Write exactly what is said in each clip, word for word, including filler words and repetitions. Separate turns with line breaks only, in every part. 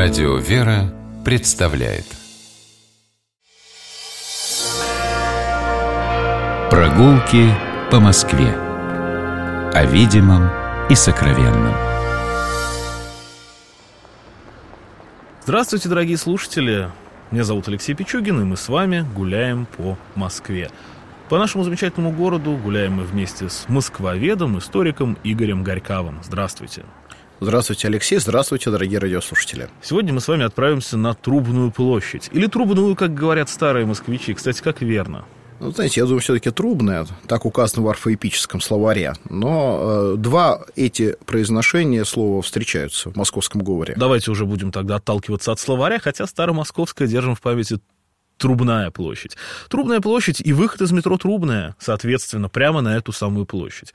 Радио «Вера» представляет Прогулки по Москве. О видимом и сокровенном.
Здравствуйте, дорогие слушатели! Меня зовут Алексей Пичугин, и мы с вами гуляем по Москве. По нашему замечательному городу гуляем мы вместе с москвоведом, историком Игорем Горьковым. Здравствуйте!
Здравствуйте, Алексей. Здравствуйте, дорогие радиослушатели.
Сегодня мы с вами отправимся на Трубную площадь. Или Трубную, как говорят старые москвичи. Кстати, как верно?
Ну, знаете, я думаю, все-таки Трубная, так указано в орфоэпическом словаре. Но э, два эти произношения слова встречаются в московском говоре.
Давайте уже будем тогда отталкиваться от словаря, хотя старомосковское держим в памяти Трубная площадь. Трубная площадь и выход из метро Трубная, соответственно, прямо на эту самую площадь.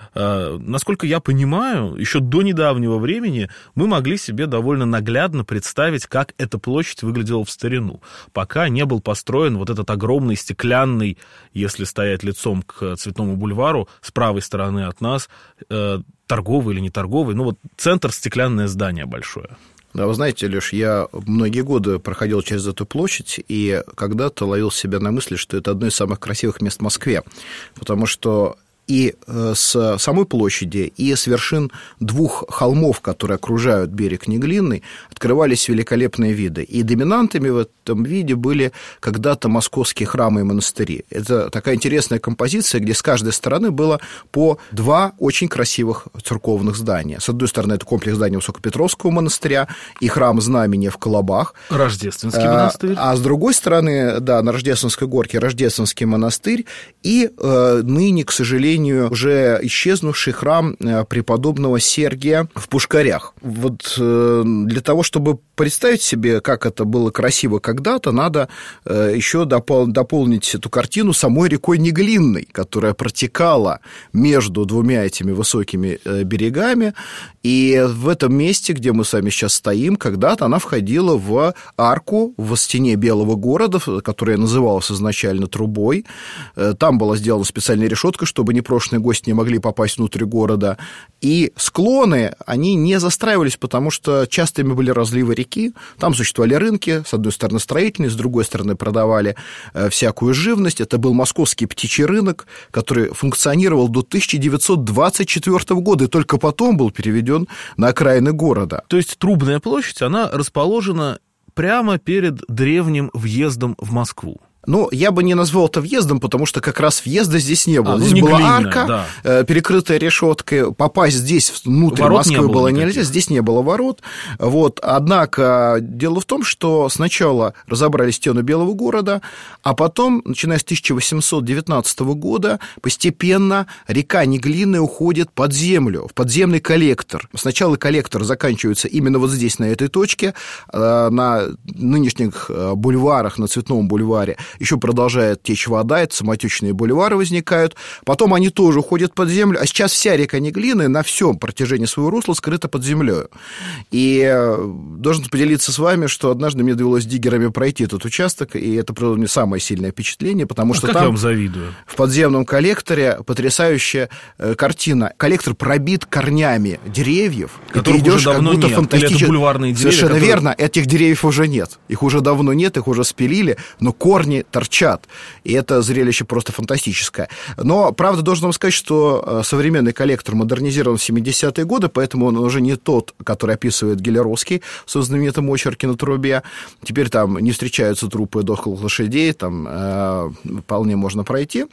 Э, насколько я понимаю, еще до недавнего времени мы могли себе довольно наглядно представить, как эта площадь выглядела в старину, пока не был построен вот этот огромный стеклянный, если стоять лицом к Цветному бульвару, с правой стороны от нас, э, торговый или не торговый, ну вот центр, стеклянное здание большое.
Да, вы знаете, Леш, я многие годы проходил через эту площадь и когда-то ловил себя на мысли, что это одно из самых красивых мест в Москве, потому что и с самой площади, и с вершин двух холмов, которые окружают берег Неглинный, открывались великолепные виды. И доминантами в этом виде были когда-то московские храмы и монастыри. Это такая интересная композиция, где с каждой стороны было по два очень красивых церковных здания. С одной стороны, это комплекс зданий Высокопетровского монастыря и храм Знамения в Колобах.
Рождественский монастырь.
А, а с другой стороны, да, на Рождественской горке Рождественский монастырь и э, ныне, к сожалению, уже исчезнувший храм преподобного Сергия в Пушкарях. Вот для того, чтобы представить себе, как это было красиво когда-то, надо еще допол- дополнить эту картину самой рекой Неглинной, которая протекала между двумя этими высокими берегами, и в этом месте, где мы с вами сейчас стоим, когда-то она входила в арку в стене Белого города, которая называлась изначально Трубой. Там была сделана специальная решетка, чтобы не непрошенные гости не могли попасть внутрь города. И склоны, они не застраивались, потому что частыми были разливы реки. Там существовали рынки, с одной стороны строительные, с другой стороны продавали всякую живность. Это был московский птичий рынок, который функционировал до тысяча девятьсот двадцать четвёртого года, и только потом был переведен на окраины города.
То есть Трубная площадь, она расположена прямо перед древним въездом в Москву.
Ну, я бы не назвал это въездом, потому что как раз въезда здесь не было.
А, ну,
здесь
не
была
глиняная,
арка,
да.
перекрытая решеткой. Попасть здесь внутрь
ворот
Москвы
не было,
было
никаких.
нельзя, здесь не было ворот. Вот. Однако дело в том, что сначала разобрали стену Белого города, а потом, начиная с тысяча восемьсот девятнадцатого года, постепенно река Неглинная уходит под землю, в подземный коллектор. Сначала коллектор заканчивается именно вот здесь, на этой точке, на нынешних бульварах, на Цветном бульваре. Еще продолжает течь вода, это самотечные бульвары возникают, потом они тоже уходят под землю, а сейчас вся река Неглинная на всем протяжении своего русла скрыта под землей. И должен поделиться с вами, что однажды мне довелось диггерами пройти этот участок, и это произвело мне самое сильное впечатление, потому что
как
там
я вам завидую.
В подземном коллекторе потрясающая картина. Коллектор пробит корнями деревьев,
которых
и ты идешь,
уже давно
как будто
нет.
фантастически...
Или это бульварные деревья,
Совершенно
которые...
верно, этих деревьев уже нет. Их уже давно нет, их уже спилили, но корни торчат. И это зрелище просто фантастическое. Но, правда, должен вам сказать, что современный коллектор модернизирован в семидесятые годы, поэтому он уже не тот, который описывает Гелеровский в своем знаменитом очерке «На трубе». Теперь там не встречаются трупы дохлых лошадей, там э, вполне можно пройти.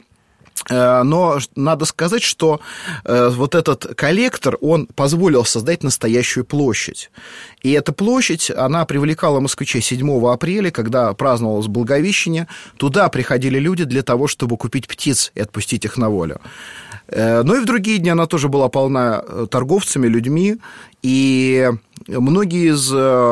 Но надо сказать, что вот этот коллектор, он позволил создать настоящую площадь. И эта площадь, она привлекала москвичей седьмого апреля, когда праздновалось Благовещение. Туда приходили люди для того, чтобы купить птиц и отпустить их на волю. Но и в другие дни она тоже была полна торговцами, людьми, и многие из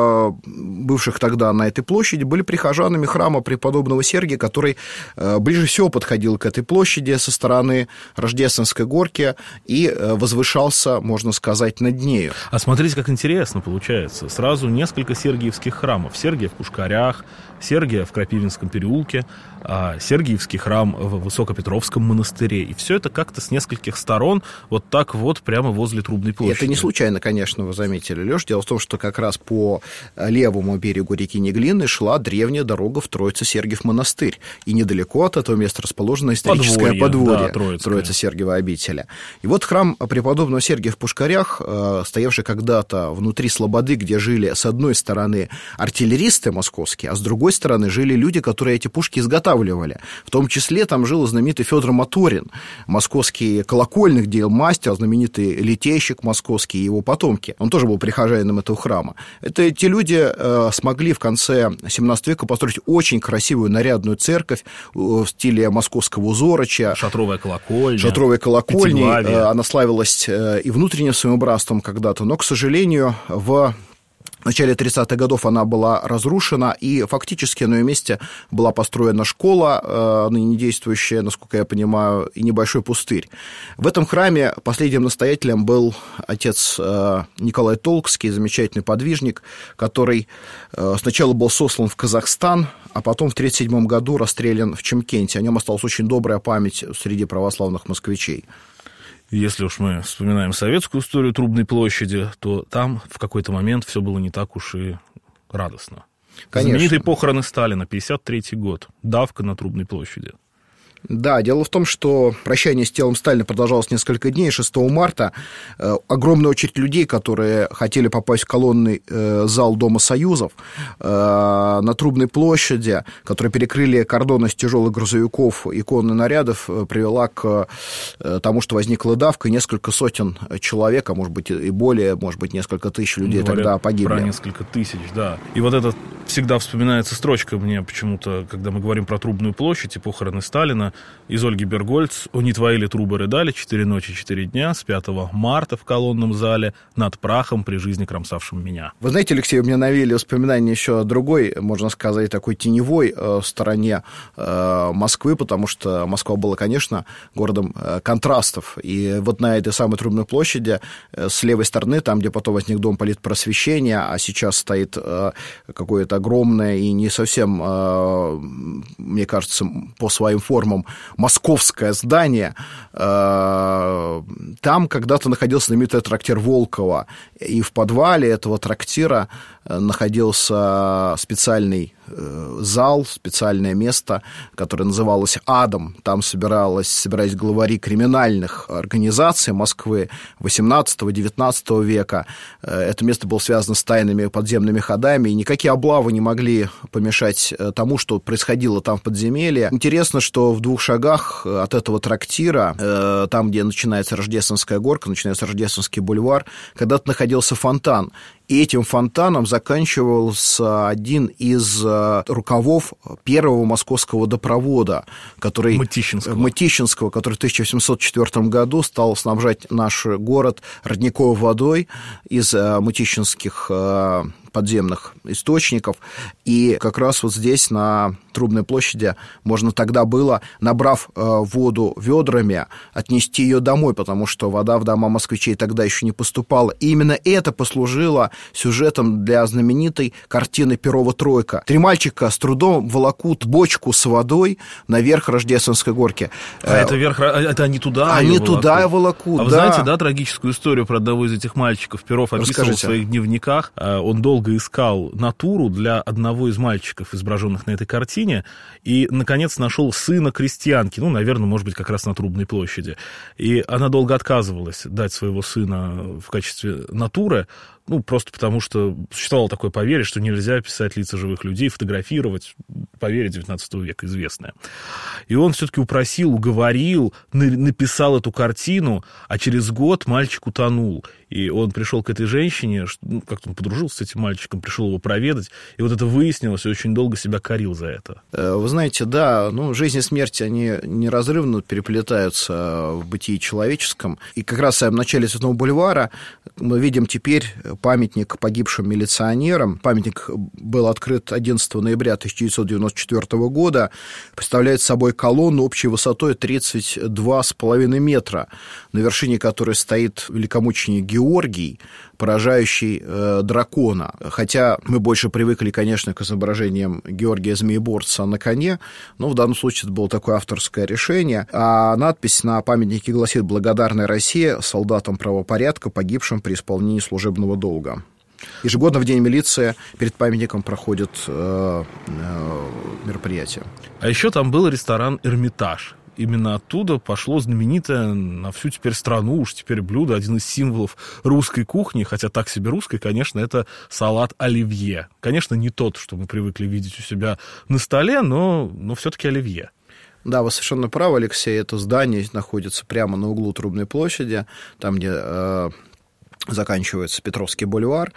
бывших тогда на этой площади были прихожанами храма преподобного Сергия, который ближе всего подходил к этой площади со стороны Рождественской горки и возвышался, можно сказать, над нею.
А смотрите, как интересно получается. Сразу несколько сергиевских храмов. Сергия в Пушкарях, Сергия в Крапивинском переулке, Сергиевский храм в Высокопетровском монастыре. И все это как-то с нескольких сторон вот так вот прямо возле Трубной площади.
И это не случайно, конечно. интересно вы заметили, Лёш. Дело в том, что как раз по левому берегу реки Неглинной шла древняя дорога в Троице-Сергиев монастырь. И недалеко от этого места расположено историческое подворье, подворье да, Троице-Сергиева обители. И вот храм преподобного Сергия в Пушкарях, стоявший когда-то внутри слободы, где жили с одной стороны артиллеристы московские, а с другой стороны жили люди, которые эти пушки изготавливали. В том числе там жил знаменитый Федор Моторин, московский колокольных дел мастер, знаменитый литейщик московский и его потомки. Он тоже был прихожанином этого храма. Это те люди э, смогли в конце семнадцатого века построить очень красивую нарядную церковь в стиле московского узороча.
Шатровая колокольня.
Шатровая колокольня. Э, она славилась э, и внутренним своим убранством когда-то, но, к сожалению, в В начале тридцатых годов она была разрушена, и фактически на ее месте была построена школа, ныне действующая, насколько я понимаю, и небольшой пустырь. В этом храме последним настоятелем был отец Николай Толкский, замечательный подвижник, который сначала был сослан в Казахстан, а потом в тысяча девятьсот тридцать седьмом году расстрелян в Чимкенте. О нем осталась очень добрая память среди православных москвичей.
Если уж мы вспоминаем советскую историю Трубной площади, то там в какой-то момент все было не так уж и радостно. Конечно. Знаменитые похороны Сталина, пятьдесят третий год, давка на Трубной площади.
Да, дело в том, что прощание с телом Сталина продолжалось несколько дней. шестого марта э, огромная очередь людей, которые хотели попасть в колонный э, зал Дома Союзов э, на Трубной площади, которые перекрыли кордоны из тяжелых грузовиков и конных нарядов, э, привела к э, тому, что возникла давка, и несколько сотен человек, а может быть и более, может быть несколько тысяч людей Говорят тогда погибли.
Про несколько тысяч, да. И вот это всегда вспоминается строчка мне почему-то, когда мы говорим про Трубную площадь и похороны Сталина, из Ольги Бергольц: «Они твои ли трубы рыдали четыре ночи, четыре дня, с пятого марта в колонном зале над прахом при жизни кромсавшим меня».
Вы знаете, Алексей, у меня навели воспоминания еще о другой, можно сказать, такой теневой э, стороне э, Москвы, потому что Москва была, конечно, городом э, контрастов. И вот на этой самой Трубной площади э, с левой стороны, там, где потом возник Дом политпросвещения, а сейчас стоит э, какое-то огромное и не совсем, э, мне кажется, по своим формам московское здание. Там когда-то находился знаменитый трактир Волкова, и в подвале этого трактира находился специальный зал, специальное место, которое называлось «Адом». Там собиралось, собирались главари криминальных организаций Москвы восемнадцатого-девятнадцатого века. Это место было связано с тайными подземными ходами, и никакие облавы не могли помешать тому, что происходило там в подземелье. Интересно, что в двух шагах от этого трактира, там, где начинается Рождественская горка, начинается Рождественский бульвар, когда-то находился фонтан. И этим фонтаном заканчивался один из рукавов первого московского водопровода, который,
Мытищинского.
Мытищинского, который в тысяча восемьсот четвёртом году стал снабжать наш город родниковой водой из мытищинских подземных источников. И как раз вот здесь, на Трубной площади, можно тогда было, набрав воду ведрами, отнести ее домой, потому что вода в дома москвичей тогда еще не поступала. И именно это послужило сюжетом для знаменитой картины Перова «Тройка». Три мальчика с трудом волокут бочку с водой наверх Рождественской горки.
А это вверх, это они туда
Они
волокут.
туда волокут,
А вы
да.
знаете, да, трагическую историю про одного из этих мальчиков? Перов описывал
Расскажите.
в своих дневниках. Он долго искал натуру для одного из мальчиков, изображенных на этой картине, и, наконец, нашел сына крестьянки, ну, наверное, может быть, как раз на Трубной площади. И она долго отказывалась дать своего сына в качестве натуры, ну, просто потому что существовало такое поверье, что нельзя писать лица живых людей, фотографировать, поверье девятнадцатого века известное. И он все-таки упросил, уговорил, написал эту картину, а через год мальчик утонул. И он пришел к этой женщине, ну, как-то он подружился с этим мальчиком, пришел его проведать, и вот это выяснилось, и очень долго себя корил за это.
Вы знаете, да, ну, жизнь и смерть, они неразрывно переплетаются в бытии человеческом. И как раз в самом начале Цветного бульвара мы видим теперь памятник погибшим милиционерам. Памятник был открыт одиннадцатого ноября тысяча девятьсот девяносто девяносто четвёртого года, представляет собой колонну общей высотой тридцать два с половиной метра, на вершине которой стоит великомученик Георгий, поражающий э, дракона. Хотя мы больше привыкли, конечно, к изображениям Георгия Змееборца на коне, но в данном случае это было такое авторское решение. А надпись на памятнике гласит: «Благодарная Россия солдатам правопорядка, погибшим при исполнении служебного долга». Ежегодно в День милиции перед памятником проходит э, э, мероприятие.
А еще там был ресторан «Эрмитаж». Именно оттуда пошло знаменитое на всю теперь страну, уж теперь блюдо, один из символов русской кухни, хотя так себе русской, конечно, это салат оливье. Конечно, не тот, что мы привыкли видеть у себя на столе, но, но все-таки оливье.
Да, вы совершенно правы, Алексей. Это здание находится прямо на углу Трубной площади, там, где э, заканчивается Петровский бульвар.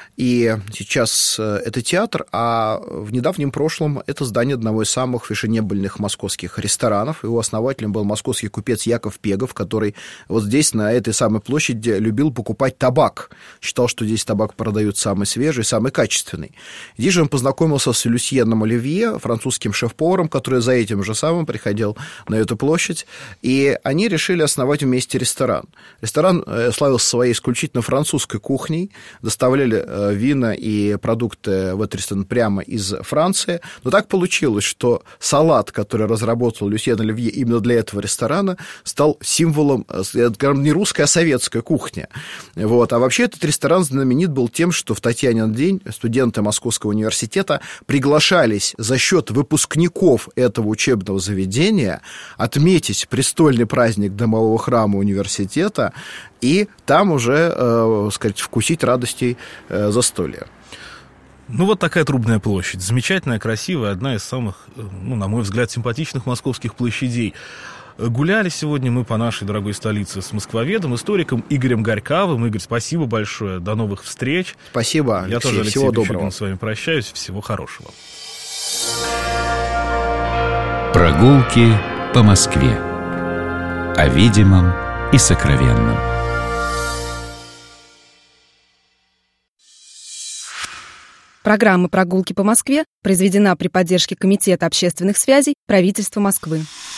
И сейчас это театр, а в недавнем прошлом это здание одного из самых фешенебельных московских ресторанов. Его основателем был московский купец Яков Пегов, который вот здесь, на этой самой площади, любил покупать табак. Считал, что здесь табак продают самый свежий, самый качественный. Здесь же он познакомился с Люсьеном Оливье, французским шеф-поваром, который за этим же самым приходил на эту площадь. И они решили основать вместе ресторан. Ресторан славился своей исключительно французской кухней, доставляли вина и продукты в этот ресторан прямо из Франции. Но так получилось, что салат, который разработал Люсьен Оливье именно для этого ресторана, стал символом, скажем, не русской, а советской кухни. Вот. А вообще этот ресторан знаменит был тем, что в Татьянин день студенты Московского университета приглашались за счет выпускников этого учебного заведения отметить престольный праздник Домового храма университета и там уже, э, сказать, вкусить радостей э, застолья.
Ну, вот такая Трубная площадь. Замечательная, красивая, одна из самых, ну, на мой взгляд, симпатичных московских площадей. Гуляли сегодня мы по нашей дорогой столице с москвоведом, историком Игорем Горьковым. Игорь, спасибо большое. До новых встреч.
Спасибо, Алексей.
Я тоже, Алексей
Всего
Пичугин,
доброго.
с вами прощаюсь. Всего хорошего.
Прогулки по Москве. О видимом и сокровенном.
Программа «Прогулки по Москве» произведена при поддержке Комитета общественных связей правительства Москвы.